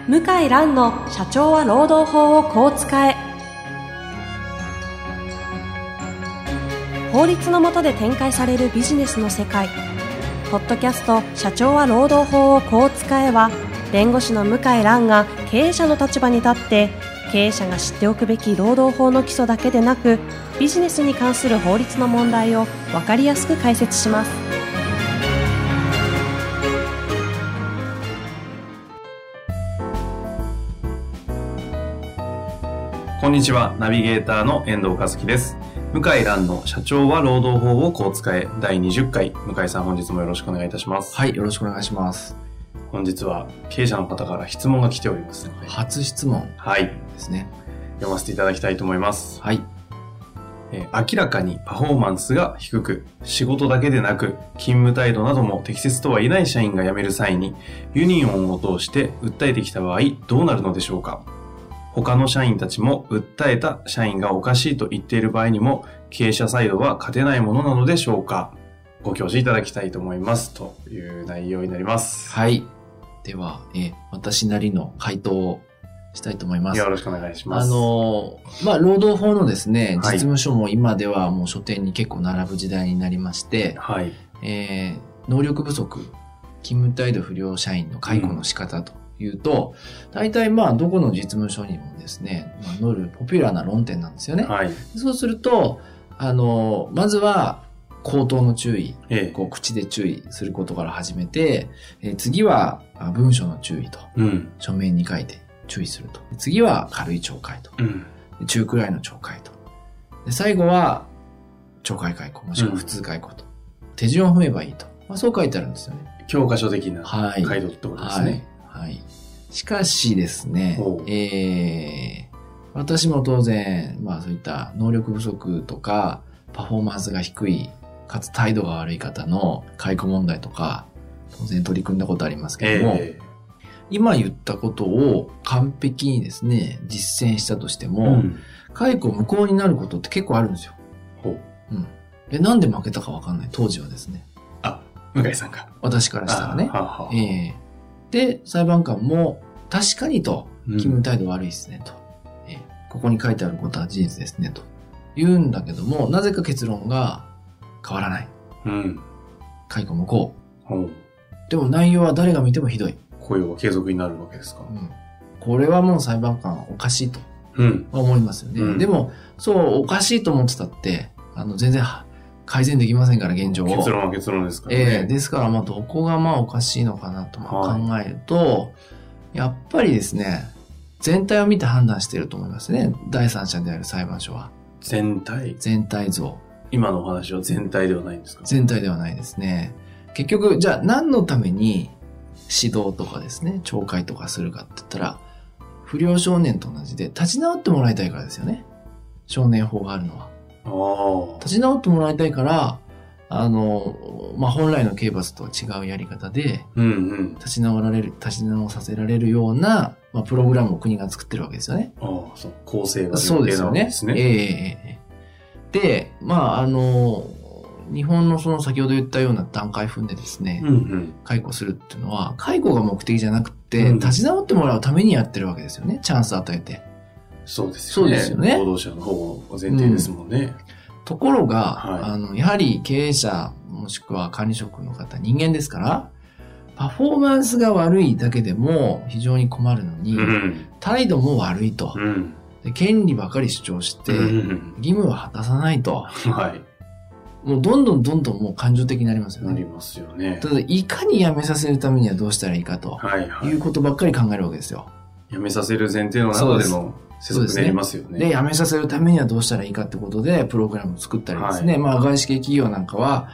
向井蘭の社長は労働法をこう使え。法律の下で展開されるビジネスの世界。ポッドキャスト社長は労働法をこう使えは、弁護士の向井蘭が経営者の立場に立って経営者が知っておくべき労働法の基礎だけでなく、ビジネスに関する法律の問題を分かりやすく解説します。 こんにちは、ナビゲーターの遠藤和樹です。向井蘭の社長は労働法をこう使え第20回。向井さん、本日もよろしくお願いいたします。 はい、よろしくお願いします。 本日は経営者の方から質問が来ておりますので、 初質問ですね。 読ませていただきたいと思います。 はい。 明らかにパフォーマンスが低く、仕事だけでなく勤務態度なども適切とは言えない社員が辞める際にユニオンを通して訴えてきた場合どうなるのでしょうか。他の社員たちも訴えた社員がおかしいと言っている場合にも経営者サイドは勝てないものなのでしょうか。ご教示いただきたいと思いますという内容になります。 はい。では、私なりの回答をしたいと思います。 よろしくお願いします。 労働法のですね、実務書も今ではもう書店に結構並ぶ時代になりまして、 はい。 能力不足、勤務態度不良社員の解雇の仕方というと、大体どこの実務書にもですね、載るポピュラーな論点なんですよね。 はい。 そうすると、まずは、口頭の注意、口で注意することから始めて、次は文書の注意と、書面に書いて注意すると。次は軽い懲戒と、中くらいの懲戒と。で最後は懲戒解雇もしくは普通解雇と。手順を踏めばいいと。そう書いてあるんですよね。 教科書的な回答ってことですね。 はい。しかしですね、私も当然、そういった能力不足とか、パフォーマンスが低い、かつ態度が悪い方の解雇問題とか、当然取り組んだことありますけども、今言ったことを完璧にですね、実践したとしても、解雇無効になることって結構あるんですよ。で、なんで負けたかわかんない、当時はですね。 向井さんが。 私からしたらね。で、裁判官も、確かにと、勤務態度悪いですねと、ここに書いてあることは事実ですねと言うんだけども、なぜか結論が変わらない。解雇無効。でも内容は誰が見てもひどい。 雇用は継続になるわけですか。 これはもう裁判官おかしいと思いますよね。でも、そうおかしいと思ってたって、全然改善できませんから、現状を。 結論は結論ですからね。 ですから、どこがおかしいのかなと考えると、やっぱりですね、全体を見て判断していると思いますね。第三者である裁判所は。全体像。 今のお話は全体ではないんですか？ 全体ではないですね。結局、じゃあ何のために指導とかですね、懲戒とかするかって言ったら、不良少年と同じで立ち直ってもらいたいからですよね。少年法があるのは。立ち直ってもらいたいから、本来の刑罰とは違うやり方で、立ち直させられるような、プログラムを国が作ってるわけですよね。 そう、構成がそうですよね。で、日本のその先ほど言ったような段階踏んでですね、解雇するっていうのは、解雇が目的じゃなくて、立ち直ってもらうためにやってるわけですよね。チャンス与えて。 そうですよね。労働者の方が前提ですもんね。 ところが、やはり経営者もしくは管理職の方、人間ですから、パフォーマンスが悪いだけでも非常に困るのに、態度も悪いと、で権利ばかり主張して、義務は果たさないと、もうどんどんもう感情的になりますよね。 なりますよね。 ただ、いかに辞めさせるためにはどうしたらいいかと、いうことばっかり考えるわけですよ。 辞めさせる前提の中での施策になりますよね。 で、辞めさせるためにはどうしたらいいかってことで、プログラムを作ったりですね。外資系企業なんかは、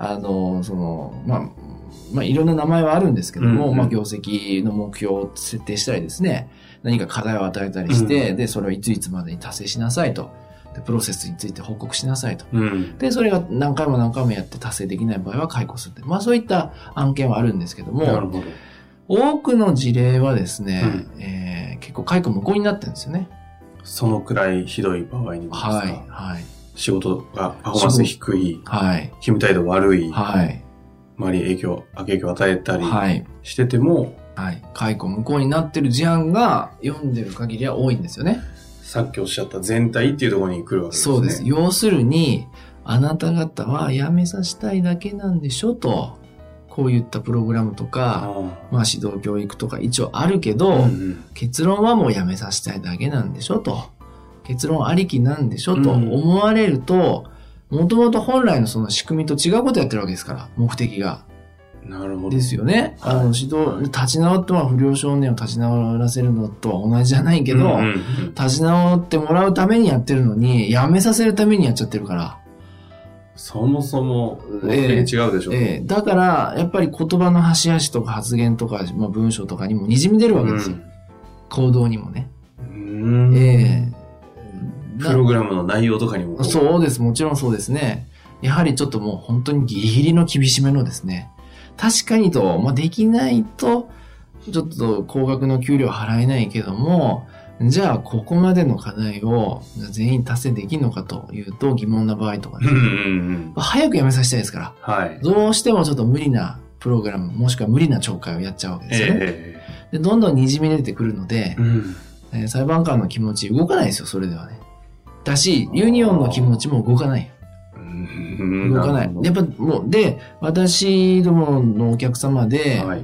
いろんな名前はあるんですけども、業績の目標を設定したりですね、何か課題を与えたりして、で、それをいついつまでに達成しなさいと。で、プロセスについて報告しなさいと。で、それが何回もやって達成できない場合は解雇する。そういった案件はあるんですけども、多くの事例はですね、結構解雇無効になってるんですよね。 そのくらいひどい場合にもですか？仕事がパフォーマンス低い、勤務態度悪い、周りに悪影響を与えたりしてても、 はい。解雇無効になってる事案が読んでる限りは多いんですよね。 さっきおっしゃった全体っていうところに来るわけですね。 そうです。要するに、あなた方は辞めさせたいだけなんでしょと。こういったプログラムとか、まあ指導教育とか一応あるけど、結論はもう辞めさせたいだけなんでしょと。結論ありきなんでしょと思われると、もともと本来のその仕組みと違うことやってるわけですから、目的が。 なるほど。 ですよね。指導、立ち直っては不良少年を立ち直らせるのとは同じじゃないけど、立ち直ってもらうためにやってるのに、辞めさせるためにやっちゃってるから。 そもそも、違うでしょう、 だから、やっぱり言葉の端々とか発言とか、まあ、文章とかにも滲み出るわけですよ。行動にもね。 プログラムの内容とかにも。 そうです。もちろんそうですね。やはりちょっともう本当にギリギリの厳しめのですね。確かにと、まあ、できないと、ちょっと高額の給料払えないけども、じゃあここまでの課題を全員達成できるのかというと疑問な場合とかね。早く辞めさせたいですから。 はい。 どうしてもちょっと無理なプログラム、もしくは無理な懲戒をやっちゃうわけですよね。でどんどん滲み出てくるので、裁判官の気持ち動かないですよ、それではね。だし、ユニオンの気持ちも動かない。動かない。やっぱもう、で、私どものお客様で、はい、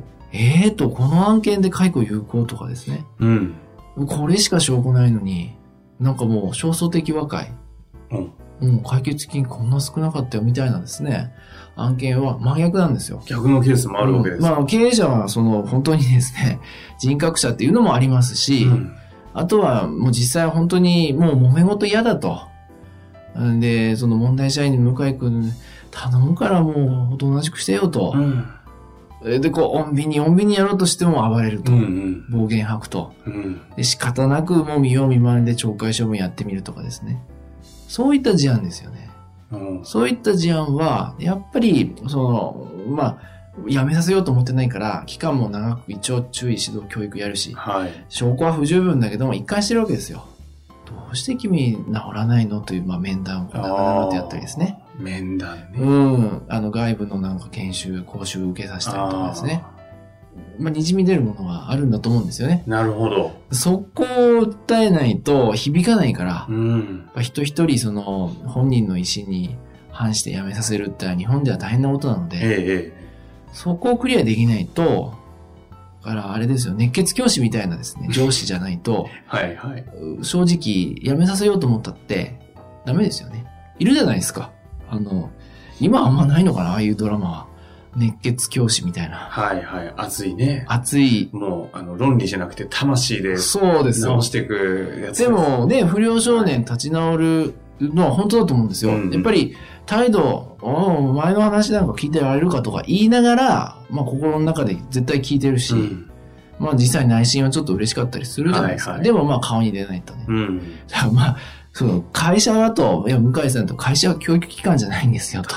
この案件で解雇有効とかですね。これしか証拠ないのに、なんかもう焦燥的和解。解決金こんな少なかったよみたいなですね。案件は真逆なんですよ。 逆のケースもあるわけです。 まあ経営者は本当にですね、人格者っていうのもありますし、あとはもう実際本当にもう揉め事嫌だと。で、その問題社員に向井くん頼むからもうおとなしくしてよと。で、穏便にやろうとしても暴れると。暴言吐くと。で、仕方なくもう見よう見まねで懲戒処分やってみるとかですね。そういった事案ですよね。そういった事案は、やっぱり、まあ、やめさせようと思ってないから、期間も長く一応注意指導教育やるし、証拠は不十分だけども一貫してるわけですよ。どうして君治らないのという、まあ、面談を長々とやったりですね。 面談ね。 外部のなんか研修、講習受けさせたりとかですね。まあ、滲み出るものがあるんだと思うんですよね。 なるほど。 そこを訴えないと響かないから、人一人本人の意思に反して辞めさせるって日本では大変なことなので、そこをクリアできないと、だからあれですよ、熱血教師みたいなですね、上司じゃないと、正直辞めさせようと思ったってダメですよね。いるじゃないですか。今あんまないのかな、ああいうドラマは。熱血教師みたいな。 熱いね。 熱い。 もう、論理じゃなくて魂で。 そうですよ。 直していくやつ。 でもね、不良少年立ち直るのは本当だと思うんですよ。やっぱり、態度、お前の話なんか聞いてられるかとか言いながら、まあ心の中で絶対聞いてるし、まあ実際内心はちょっと嬉しかったりするじゃないですか。でもまあ顔に出ないとね。まあ、会社だと、向井さんと会社は教育機関じゃないんですよと。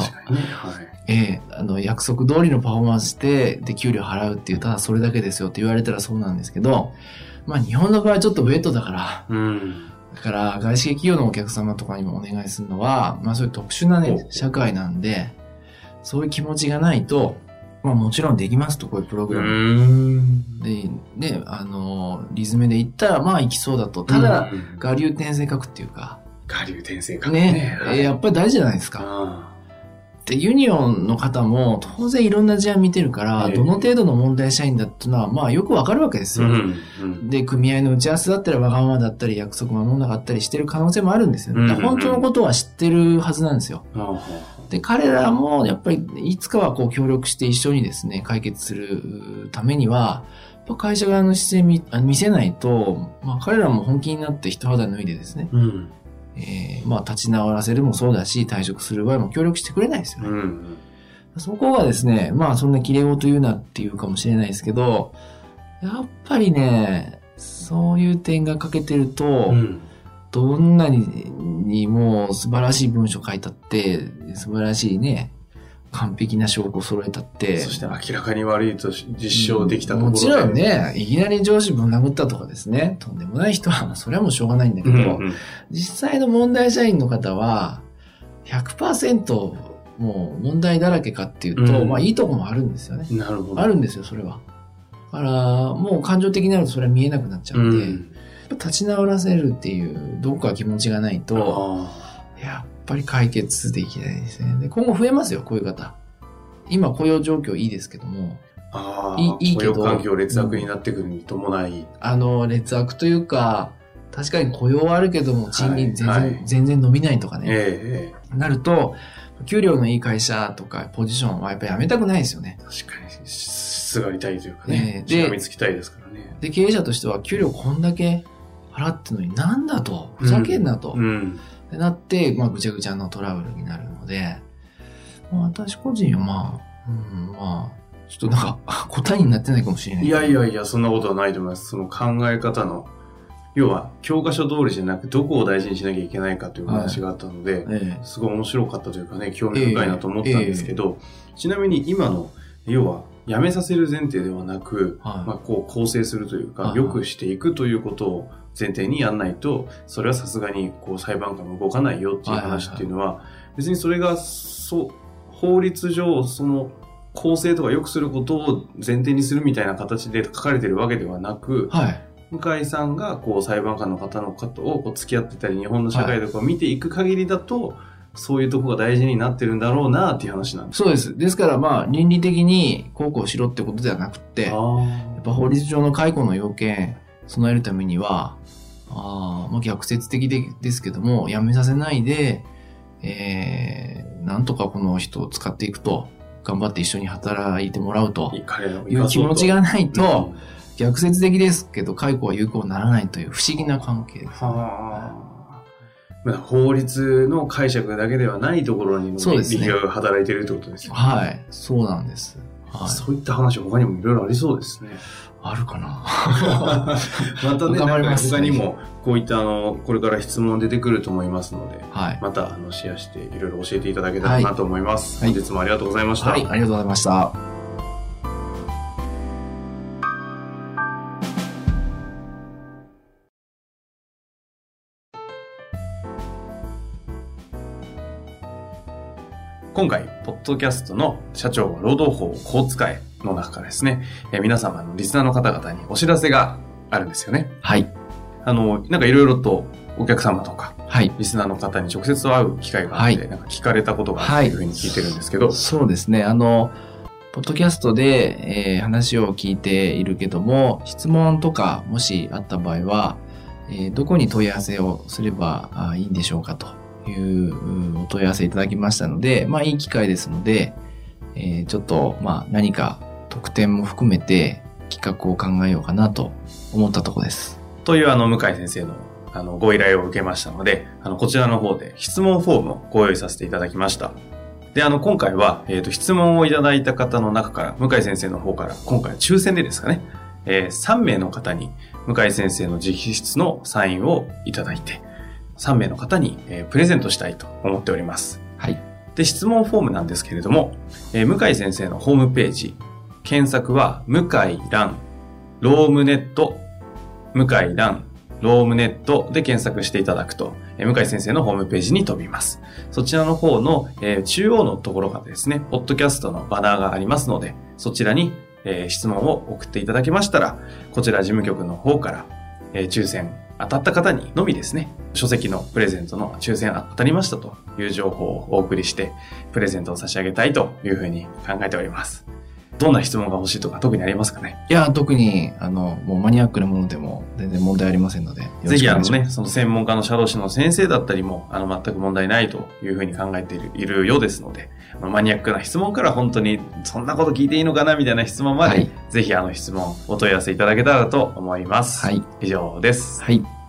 約束通りのパフォーマンスで給料払うっていう、ただそれだけですよって言われたらそうなんですけど、まあ日本の場合はちょっとウェットだから、だから外資系企業のお客様とかにもお願いするのは、まあそういう特殊なね、社会なんで、そういう気持ちがないと、まあもちろんできますと、こういうプログラム。で、ね、リズムで言ったら、まあ行きそうだと。ただ、我流転生学っていうか。 我流転生学ね。 やっぱり大事じゃないですか。で、ユニオンの方も当然いろんな事案見てるから、どの程度の問題社員だっていうのは、まあよくわかるわけですよ。で、組合の打ち合わせだったらわがままだったり、約束守んなかったりしてる可能性もあるんですよ。本当のことは知ってるはずなんですよ。で、彼らもやっぱりいつかは協力して一緒にですね、解決するためには、やっぱ会社側の姿勢見せないと、まあ彼らも本気になって一肌脱いでですね、まあ立ち直らせるもそうだし、退職する場合も協力してくれないですよね。そこがですね、まあそんな綺麗事言うなっていうかもしれないですけど、やっぱりね、そういう点が欠けてると、どんなにもう素晴らしい文章書いたって、素晴らしいね、完璧な証拠を揃えたって。 そして明らかに悪いと実証できたところで。 もちろんね、いきなり上司ぶん殴ったとかですね、とんでもない人は、それはもうしょうがないんだけど、実際の問題社員の方は、100% もう問題だらけかっていうと、まあいいとこもあるんですよね。 なるほど。 あるんですよ、それは。 だから、もう感情的になるとそれは見えなくなっちゃうんで、立ち直らせるっていう、どこか気持ちがないと、やっぱり解決できないですね。で、今後増えますよ、こういう方。今雇用状況いいですけども、いいけど。 雇用環境劣悪になってくるに伴い。 劣悪というか、確かに雇用はあるけども、賃金全然伸びないとかね。なると、給料のいい会社とかポジションはやっぱり辞めたくないですよね。 確かに、すがりたいというかね。しがみつきたいですからね。 で、経営者としては給料こんだけ払ってのになんだと、ふざけんなと。ってなって、ぐちゃぐちゃのトラブルになるので、私個人はちょっと答えになってないかもしれない。 いや、そんなことはないと思います。その考え方の、要は、教科書通りじゃなく、どこを大事にしなきゃいけないかという話があったので、すごい面白かったというかね、興味深いなと思ったんですけど、ちなみに今の、要は、辞めさせる前提ではなく、構成するというか、良くしていくということを前提にやんないと、それはさすがに裁判官も動かないよっていう話っていうのは、別にそれが、法律上、その、公正とか良くすることを前提にするみたいな形で書かれてるわけではなく、向井さんが裁判官の方を付き合ってたり、日本の社会で見ていく限りだと、そういうとこが大事になってるんだろうなっていう話なんです。 そうです。ですから倫理的にこうしろってことではなくて、やっぱ法律上の解雇の要件備えるためには、逆説的ですけども、辞めさせないで、なんとかこの人を使っていくと、頑張って一緒に働いてもらうという気持ちがないと、逆説的ですけど、解雇は有効にならないという不思議な関係です、ね。 法律の解釈だけではないところに力が働いているということですよね。 はい、そうなんです。 そういった話他にもいろいろありそうですね。 あるかなまたね、頑張ります。他にもこういったこれから質問出てくると思いますので、またシェアしていろいろ教えていただけたらなと思います。本日もありがとうございました。 はい、ありがとうございました。 今回、ポッドキャストの社長は労働法をこう使えの中からですね、皆様のリスナーの方々にお知らせがあるんですよね。 はい。 なんかいろいろとお客様とか、リスナーの方に直接会う機会があって、なんか聞かれたことがあるというふうに聞いてるんですけど。 そうですね。ポッドキャストで、話を聞いているけども、質問とかもしあった場合は、どこに問い合わせをすればいいんでしょうかというお問い合わせいただきましたので、いい機会ですので、ちょっと何か特典も含めて企画を考えようかなと思ったところです。 という向井先生のご依頼を受けましたので、こちらの方で質問フォームをご用意させていただきました。で、今回は、質問をいただいた方の中から、向井先生の方から、今回抽選でですかね、3名の方に向井先生の直筆のサインをいただいて、3名の方に、プレゼントしたいと思っております。 はい。 で、質問フォームなんですけれども、向井先生のホームページ、検索は、向井蘭、ロームネット、向井蘭、ロームネットで検索していただくと、向井先生のホームページに飛びます。そちらの方の、中央のところがですね、ポッドキャストのバナーがありますので、そちらに、質問を送っていただけましたら、こちら事務局の方から、抽選当たった方にのみですね、書籍のプレゼントの抽選当たりましたという情報をお送りして、プレゼントを差し上げたいというふうに考えております。どんな質問が欲しいとか特にありますかね？ いや、特に、もうマニアックなものでも全然問題ありませんので。 ぜひね、その専門家の社労士の先生だったりも、全く問題ないというふうに考えているようですので、マニアックな質問から本当にそんなこと聞いていいのかなみたいな質問まで、ぜひ質問お問い合わせいただけたらと思います。はい。以上です。 はい。